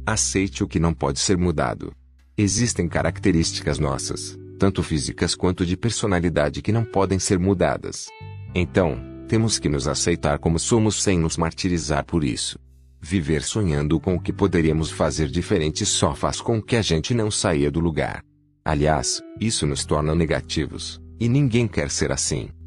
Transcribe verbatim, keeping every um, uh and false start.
Aceite o que não pode ser mudado. Existem características nossas, tanto físicas quanto de personalidade, que não podem ser mudadas. Então, temos que nos aceitar como somos sem nos martirizar por isso. Viver sonhando com o que poderíamos fazer diferente só faz com que a gente não saia do lugar. Aliás, isso nos torna negativos, e ninguém quer ser assim.